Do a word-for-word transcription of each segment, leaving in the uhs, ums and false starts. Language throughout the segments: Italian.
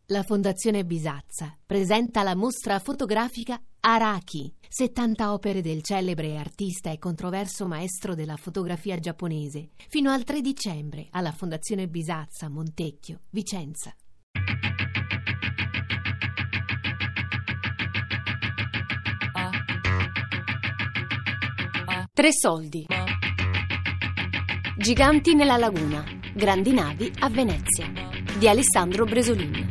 La Fondazione Bisazza presenta la mostra fotografica Araki, settanta opere del celebre artista e controverso maestro della fotografia giapponese, fino al tre dicembre alla Fondazione Bisazza, Montecchio, Vicenza. Tre soldi. Giganti nella laguna, grandi navi a Venezia, di Alessandro Bresolin.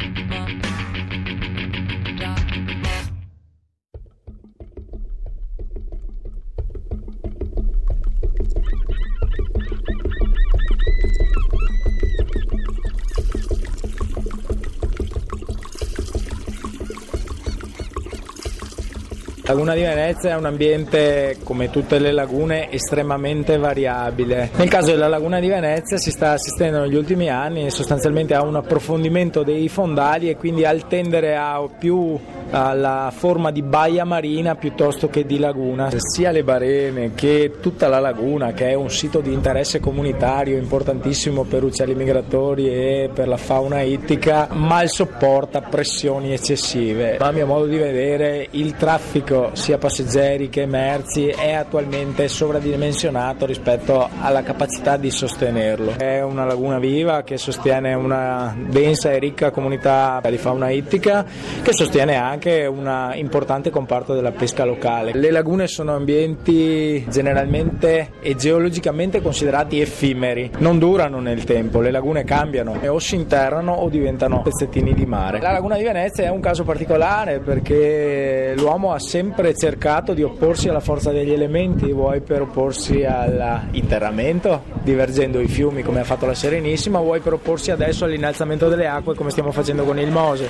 La laguna di Venezia è un ambiente, come tutte le lagune, estremamente variabile. Nel caso della laguna di Venezia si sta assistendo negli ultimi anni sostanzialmente a un approfondimento dei fondali e quindi al tendere a più alla forma di baia marina piuttosto che di laguna. Sia le barene che tutta la laguna, che è un sito di interesse comunitario importantissimo per uccelli migratori e per la fauna ittica, mal sopporta pressioni eccessive. A mio modo di vedere il traffico sia passeggeri che merci è attualmente sovradimensionato rispetto alla capacità di sostenerlo. È una laguna viva che sostiene una densa e ricca comunità di fauna ittica, che sostiene anche un importante comparto della pesca locale. Le lagune sono ambienti generalmente e geologicamente considerati effimeri, non durano nel tempo, le lagune cambiano e o si interrano o diventano pezzettini di mare. La laguna di Venezia è un caso particolare perché l'uomo ha sempre cercato di opporsi alla forza degli elementi, vuoi per opporsi all'interramento, divergendo i fiumi come ha fatto la Serenissima, vuoi per opporsi adesso all'innalzamento delle acque come stiamo facendo con il Mose.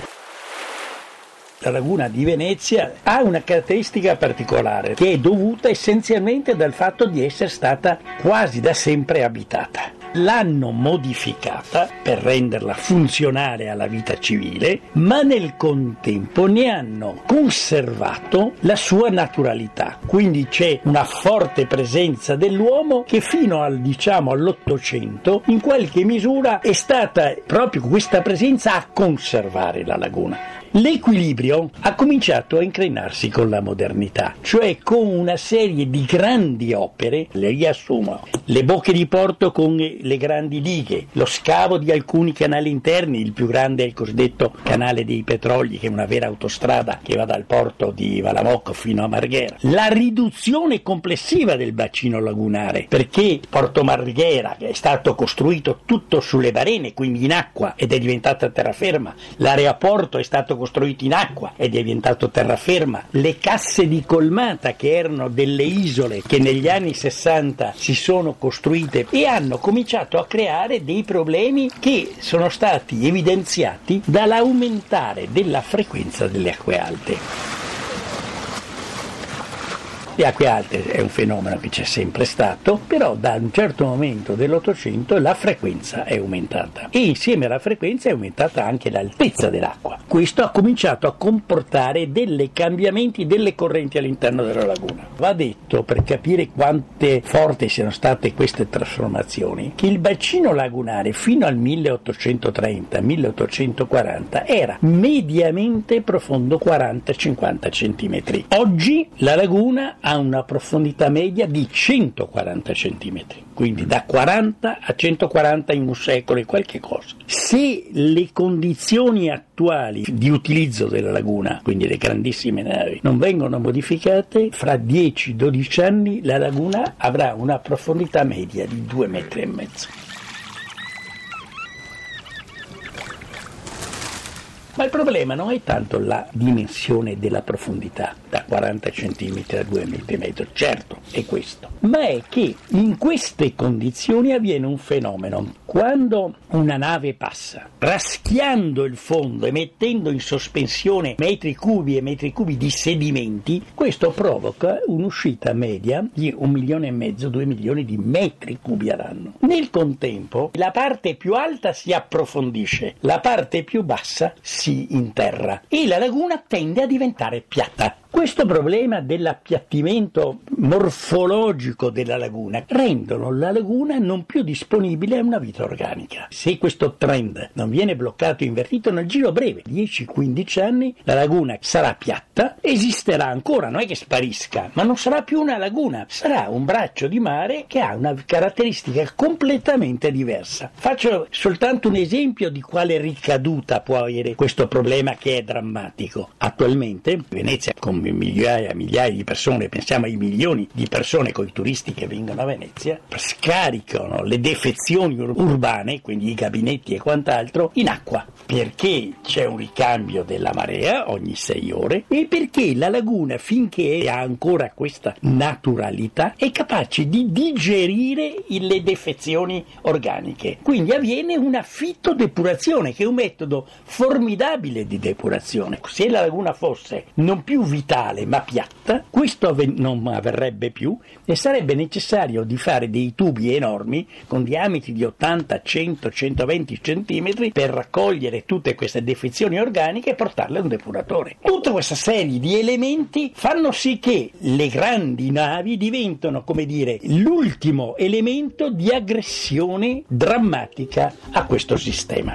La laguna di Venezia ha una caratteristica particolare che è dovuta essenzialmente dal fatto di essere stata quasi da sempre abitata. L'hanno modificata per renderla funzionale alla vita civile, ma nel contempo ne hanno conservato la sua naturalità. Quindi c'è una forte presenza dell'uomo che fino al diciamo all'Ottocento in qualche misura è stata proprio questa presenza a conservare la laguna. L'equilibrio ha cominciato a incrinarsi con la modernità, cioè con una serie di grandi opere, le riassumo, le bocche di porto con le grandi dighe, lo scavo di alcuni canali interni, il più grande è il cosiddetto canale dei Petrogli, che è una vera autostrada che va dal porto di Valamocco fino a Marghera, la riduzione complessiva del bacino lagunare, perché Porto Marghera è stato costruito tutto sulle barene, quindi in acqua, ed è diventata terraferma, l'aeroporto è stato costruito in acqua ed è diventato terraferma, le casse di colmata che erano delle isole che negli anni sessanta si sono costruite e hanno cominciato a creare dei problemi che sono stati evidenziati dall'aumentare della frequenza delle acque alte. Le acque alte è un fenomeno che c'è sempre stato, però da un certo momento dell'Ottocento la frequenza è aumentata e insieme alla frequenza è aumentata anche l'altezza dell'acqua. Questo ha cominciato a comportare dei cambiamenti delle correnti all'interno della laguna. Va detto, per capire quante forti siano state queste trasformazioni, che il bacino lagunare fino al milleottocentotrenta milleottocentoquaranta era mediamente profondo quaranta cinquanta centimetri. Oggi la laguna ha una profondità media di centoquaranta centimetri, quindi da quaranta a centoquaranta in un secolo e qualche cosa. Se le condizioni attuali di utilizzo della laguna, quindi le grandissime navi, non vengono modificate, fra dieci dodici anni la laguna avrà una profondità media di due metri e mezzo. Ma il problema non è tanto la dimensione della profondità, da quaranta centimetri a due metri e mezzo, certo è questo, ma è che in queste condizioni avviene un fenomeno. Quando una nave passa, raschiando il fondo e mettendo in sospensione metri cubi e metri cubi di sedimenti, questo provoca un'uscita media di un milione e mezzo, due milioni di metri cubi all'anno. Nel contempo, la parte più alta si approfondisce, la parte più bassa si interra e la laguna tende a diventare piatta. Questo problema dell'appiattimento morfologico della laguna rendono la laguna non più disponibile a una vita organica. Se questo trend non viene bloccato e invertito nel giro breve, dieci quindici anni, la laguna sarà piatta, esisterà ancora, non è che sparisca, ma non sarà più una laguna, sarà un braccio di mare che ha una caratteristica completamente diversa. Faccio soltanto un esempio di quale ricaduta può avere questo problema che è drammatico. Attualmente Venezia, con migliaia e migliaia di persone, pensiamo ai milioni di persone con i turisti che vengono a Venezia, scaricano le defezioni ur- urbane, quindi i gabinetti e quant'altro, in acqua, perché c'è un ricambio della marea ogni sei ore e perché la laguna, finché ha ancora questa naturalità, è capace di digerire le defezioni organiche. Quindi avviene una fitodepurazione, che è un metodo formidabile di depurazione. Se la laguna fosse non più vitale ma piatta, questo avven- non avverrebbe più e sarebbe necessario di fare dei tubi enormi con diametri di ottanta, cento, centoventi centimetri per raccogliere tutte queste defezioni organiche e portarle a un depuratore. Tutta questa serie di elementi fanno sì che le grandi navi diventano, come dire, l'ultimo elemento di aggressione drammatica a questo sistema.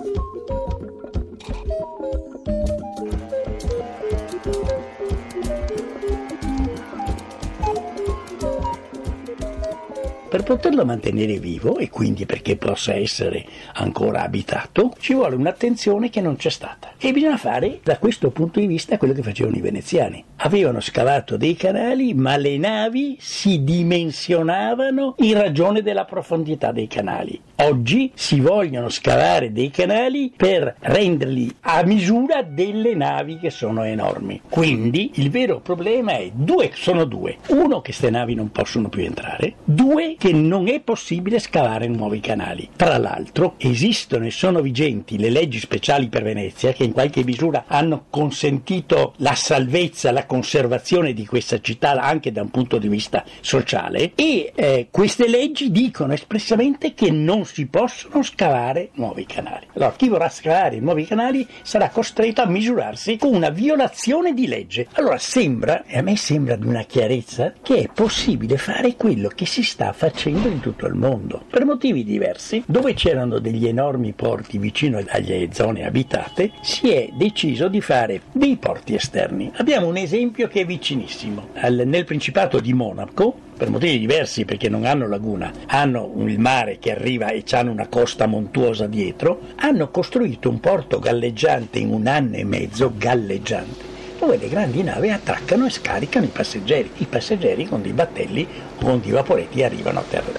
Per poterlo mantenere vivo e quindi perché possa essere ancora abitato, ci vuole un'attenzione che non c'è stata. E bisogna fare da questo punto di vista quello che facevano i veneziani. Avevano scavato dei canali, ma le navi si dimensionavano in ragione della profondità dei canali. Oggi si vogliono scavare dei canali per renderli a misura delle navi che sono enormi. Quindi il vero problema è due, sono due. Uno, che queste navi non possono più entrare. Due, che non è possibile scavare nuovi canali. Tra l'altro esistono e sono vigenti le leggi speciali per Venezia che in qualche misura hanno consentito la salvezza, la conservazione di questa città anche da un punto di vista sociale e eh, queste leggi dicono espressamente che non si possono scavare nuovi canali. Allora chi vorrà scavare nuovi canali sarà costretto a misurarsi con una violazione di legge. Allora sembra, e a me sembra di una chiarezza, che è possibile fare quello che si sta facendo in tutto il mondo, per motivi diversi. Dove c'erano degli enormi porti vicino alle zone abitate, si è deciso di fare dei porti esterni. Abbiamo un esempio che è vicinissimo. Al, nel Principato di Monaco, per motivi diversi, perché non hanno laguna, hanno il mare che arriva e hanno una costa montuosa dietro, hanno costruito un porto galleggiante in un anno e mezzo, galleggiante, dove le grandi navi attraccano e scaricano i passeggeri. I passeggeri con dei battelli o con dei vaporetti arrivano a terra.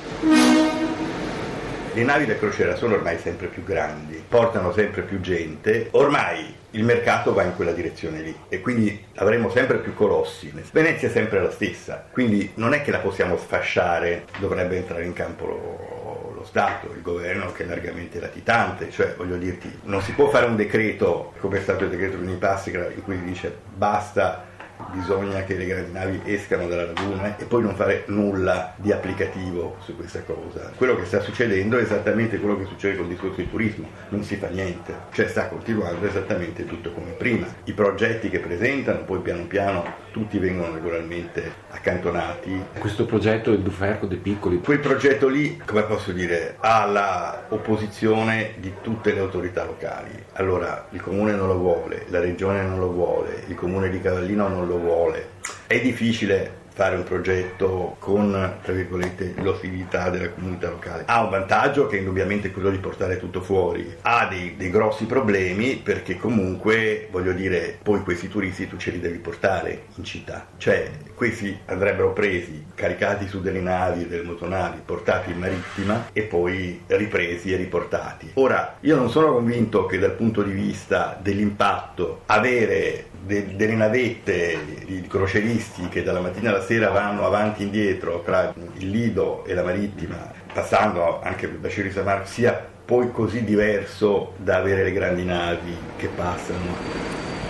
Le navi da crociera sono ormai sempre più grandi, portano sempre più gente, ormai il mercato va in quella direzione lì e quindi avremo sempre più colossi. Venezia è sempre la stessa, quindi non è che la possiamo sfasciare, dovrebbe entrare in campo lo, lo Stato, il governo che è largamente latitante, cioè voglio dirti, non si può fare un decreto come è stato il decreto Unipassica in cui si dice basta, bisogna che le grandi navi escano dalla laguna e poi non fare nulla di applicativo su questa cosa. Quello che sta succedendo è esattamente quello che succede con il discorso di turismo, non si fa niente, cioè sta continuando esattamente tutto come prima. I progetti che presentano poi piano piano tutti vengono regolarmente accantonati. Questo progetto del Duferco dei Piccoli, quel progetto lì, come posso dire, ha la opposizione di tutte le autorità locali. Allora il comune non lo vuole, la regione non lo vuole, il comune di Cavallino non lo vuole. È difficile fare un progetto con, tra virgolette, l'ostilità della comunità locale. Ha un vantaggio che è indubbiamente quello di portare tutto fuori. Ha dei, dei grossi problemi perché comunque, voglio dire, poi questi turisti tu ce li devi portare in città. Cioè, questi andrebbero presi, caricati su delle navi e delle motonavi, portati in marittima e poi ripresi e riportati. Ora, io non sono convinto che dal punto di vista dell'impatto avere de, delle navette di, di croceristi che dalla mattina alla sera vanno avanti e indietro tra il Lido e la marittima, passando anche per Bacino di San Marco, sia poi così diverso da avere le grandi navi che passano.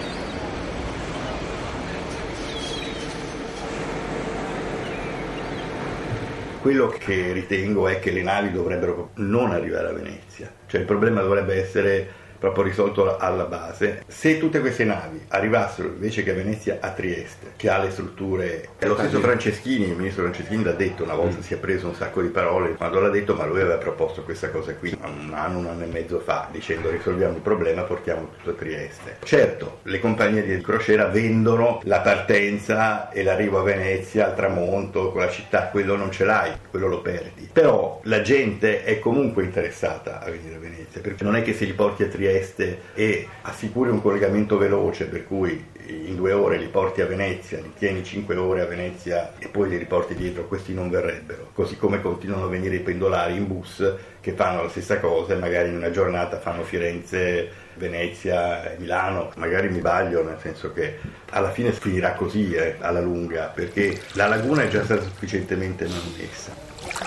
Quello che ritengo è che le navi dovrebbero non arrivare a Venezia, cioè il problema dovrebbe essere proprio risolto alla base. Se tutte queste navi arrivassero invece che a Venezia a Trieste, che ha le strutture, e lo stesso Franceschini, il ministro Franceschini l'ha detto, una volta si è preso un sacco di parole quando l'ha detto, ma lui aveva proposto questa cosa qui un anno, un anno e mezzo fa, dicendo risolviamo il problema, portiamo tutto a Trieste. Certo, le compagnie di crociera vendono la partenza e l'arrivo a Venezia, al tramonto, con la città, quello non ce l'hai, quello lo perdi. Però la gente è comunque interessata a venire a Venezia, perché non è che se li porti a Trieste e assicuri un collegamento veloce, per cui in due ore li porti a Venezia, li tieni cinque ore a Venezia e poi li riporti dietro, questi non verrebbero. Così come continuano a venire i pendolari in bus che fanno la stessa cosa e magari in una giornata fanno Firenze, Venezia e Milano. Magari mi sbaglio, nel senso che alla fine finirà così eh, alla lunga, perché la laguna è già stata sufficientemente manomessa.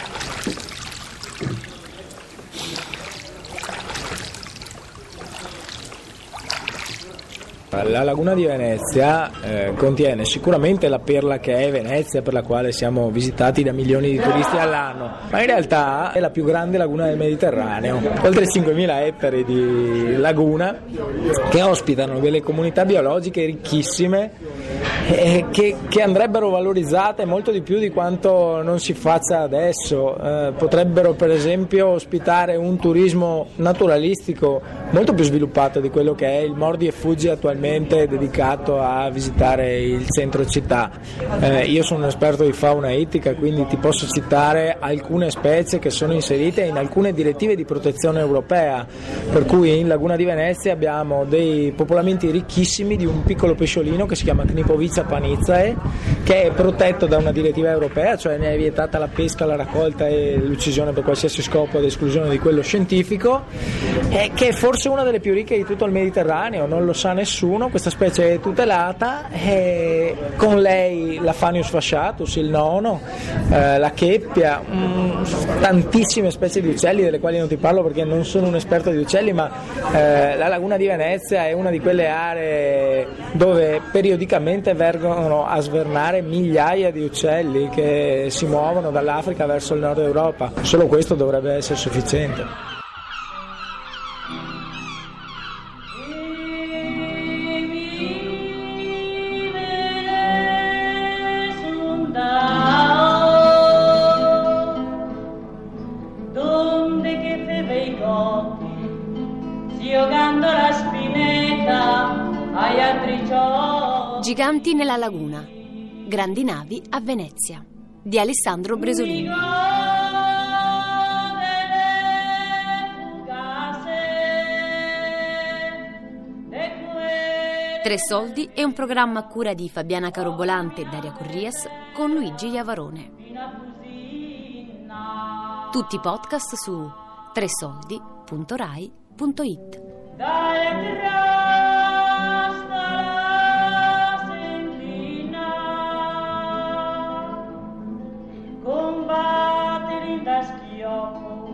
La laguna di Venezia eh, contiene sicuramente la perla che è Venezia, per la quale siamo visitati da milioni di turisti all'anno, ma in realtà è la più grande laguna del Mediterraneo, oltre cinquemila ettari di laguna che ospitano delle comunità biologiche ricchissime eh, che, che andrebbero valorizzate molto di più di quanto non si faccia adesso. Eh, potrebbero per esempio ospitare un turismo naturalistico molto più sviluppato di quello che è il mordi e fuggi attualmente dedicato a visitare il centro città. Eh, io sono un esperto di fauna ittica, quindi ti posso citare alcune specie che sono inserite in alcune direttive di protezione europea, per cui in Laguna di Venezia abbiamo dei popolamenti ricchissimi di un piccolo pesciolino che si chiama Knipovica panizzae, che è protetto da una direttiva europea, cioè ne è vietata la pesca, la raccolta e l'uccisione per qualsiasi scopo ad esclusione di quello scientifico, eh, che è forse una delle più ricche di tutto il Mediterraneo, non lo sa nessuno. Questa specie è tutelata e con lei la Phanius fasciatus, il nono, eh, la cheppia, mh, tantissime specie di uccelli delle quali non ti parlo perché non sono un esperto di uccelli, ma eh, la laguna di Venezia è una di quelle aree dove periodicamente vengono a svernare migliaia di uccelli che si muovono dall'Africa verso il nord Europa. Solo questo dovrebbe essere sufficiente. Giganti nella laguna, grandi navi a Venezia, di Alessandro Bresolini. Tre Soldi è un programma a cura di Fabiana Carobolante e Daria Corrias con Luigi Iavarone. Tutti i podcast su tresoldi punto rai punto it. Combattere da schioppo